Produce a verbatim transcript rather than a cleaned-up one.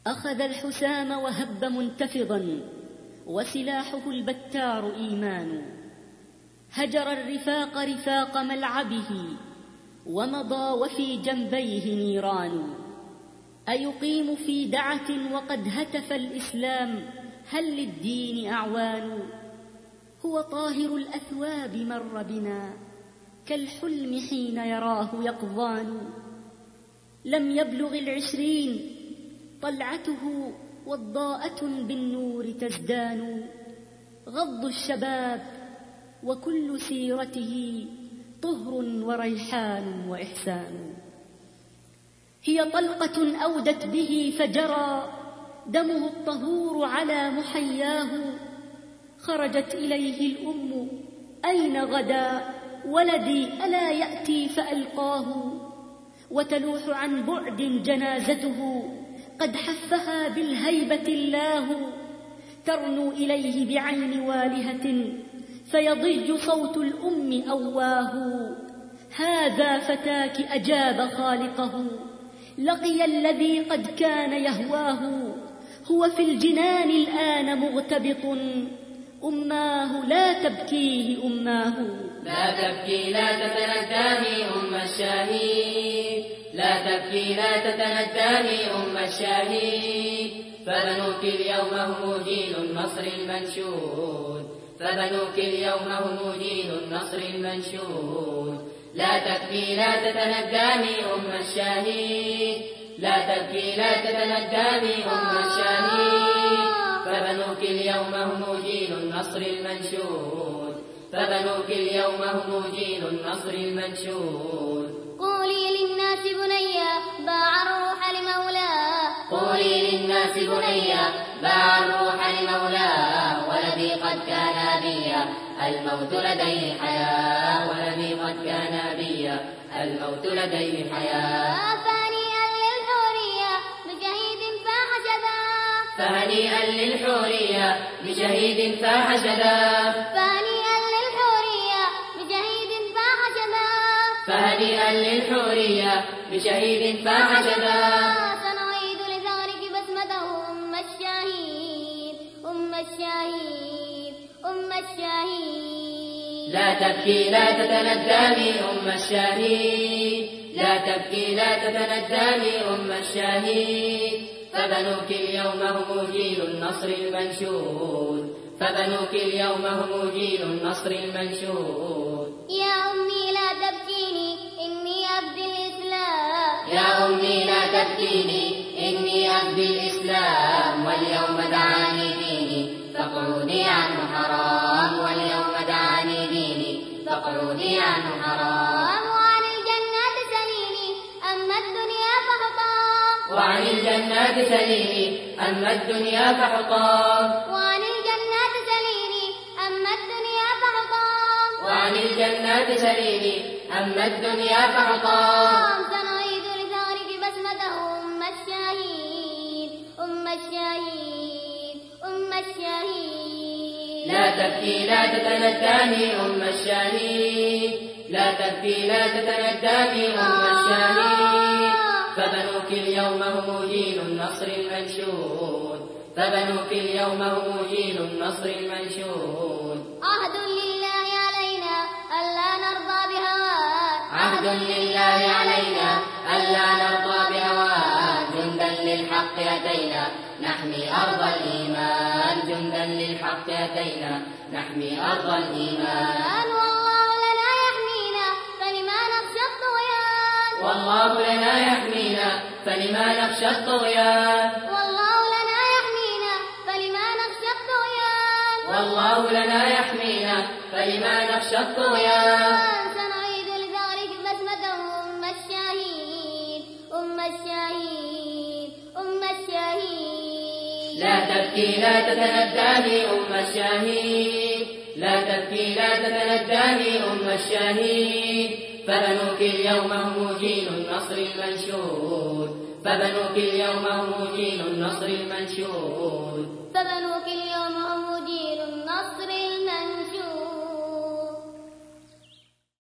أخذ الحسام وهب منتفضا، وسلاحه البتار إيمان. هجر الرفاق رفاق ملعبه، ومضى وفي جنبيه نيران. أيقيم في دعة وقد هتف الإسلام، هل للدين أعوان؟ هو طاهر الأثواب مر بنا، كالحلم حين يراه يقظان. لم يبلغ العشرين طلعته، وضاءة بالنور تزدان. غض الشباب وكل سيرته، طهر وريحان وإحسان. هي طلقة أودت به فجرى، دمه الطهور على محياه. خرجت إليه الأم، أين غدا ولدي ألا يأتي فألقاه. وتلوح عن بعد جنازته، قد حفها بالهيبة الله. ترنو إليه بعين والهة، فيضج صوت الأم أواه. هذا فتاك أجاب خالقه، لقي الذي قد كان يهواه. هو في الجنان الآن مغتبط، أماه لا تبكيه أماه. لا تبكي لا تتندامي أم الشهيد، لا تبكي لا تتندامي أم الشهيد. فبنوك اليوم هم جيل النصر المنشود، فبنوك اليوم هم جيل النصر المنشود. لا تبكي لا تتندامي أم الشهيد، لا تبكي لا تتندامي أم الشهيد. فبنوك اليوم هم جيل النصر المنشود، فبنوك اليوم هم جيل النصر المنشود. قولي للناس بنيا باع الروح لمولاه، قولي للناس بنيا باع الروح لمولاه. ولدي قد كان بيا الموت لديه حياة، ولدي قد كان بيا الموت لديه حياة. فهنيئا للحورية بشهيد فاح شذا، فهنيئا للحورية بشهيد فاح شذا. فهنيئا للحورية بشهيد فاح شذا، فهنيئا للحورية بشهيد فاح شذا. سنعيد لثارك بسمته أم الشهيد، أم الشهيد، أم الشهيد. لا تبكي لا تتندامي أم الشهيد، لا تبكي لا تتندامي أم الشهيد. فبنوك اليوم هم جيل النصر المنشود، فبنوك اليوم هم جيل النصر المنشود. يا أمي لا تبكيني إني أبدي الإسلام، يا أمي لا تبكيني إني أبدي الإسلام. واليوم دعاني ديني فاقعدي عنه حرام، واليوم دعاني ديني فاقعدي عنه حرام. وعن الجنات سليني أما الدنيا فحطام، وعن الجنات سليني أما الدنيا فحطام. وعن الجنات سليني أما الدنيا فحطام، وعن الجنات سليني أما الدنيا فحطام. سنعيد لثارك بسمته أم الشهيد، أم الشهيد، أم الشهيد. لا تبكي لا تتندامي أم الشهيد، لا تبكي لا تتندامي أم الشهيد. فبنوك اليوم هم جيل النصر المنشود، فبنوك اليوم هم جيل النصر المنشود. عهد لله علينا ألا نرضى بهواه، عهد لله علينا ألا نرضى بهواه. جندا للحق أتينا نحمي أرض الإيمان، جندا للحق أتينا نحمي أرض الإيمان. والله لنا يحمينا فلما نخشى الطغيان، والله لنا يحمينا فلما نخشى الطغيان. والله لنا يحمينا فلما نخشى الطغيان، والله لنا يحمينا فلما نخشى الطغيان. سنعيد لذلك بسمته أم الشهيد، أم الشهيد، أم الشهيد. لا تبكي لا تتندامي أم الشهيد، لا تبكي لا تتندامي أم الشهيد. فبنوك اليوم هم جيل النصر المنشود، فبنوك اليوم هم جيل النصر المنشود. فبنوك اليوم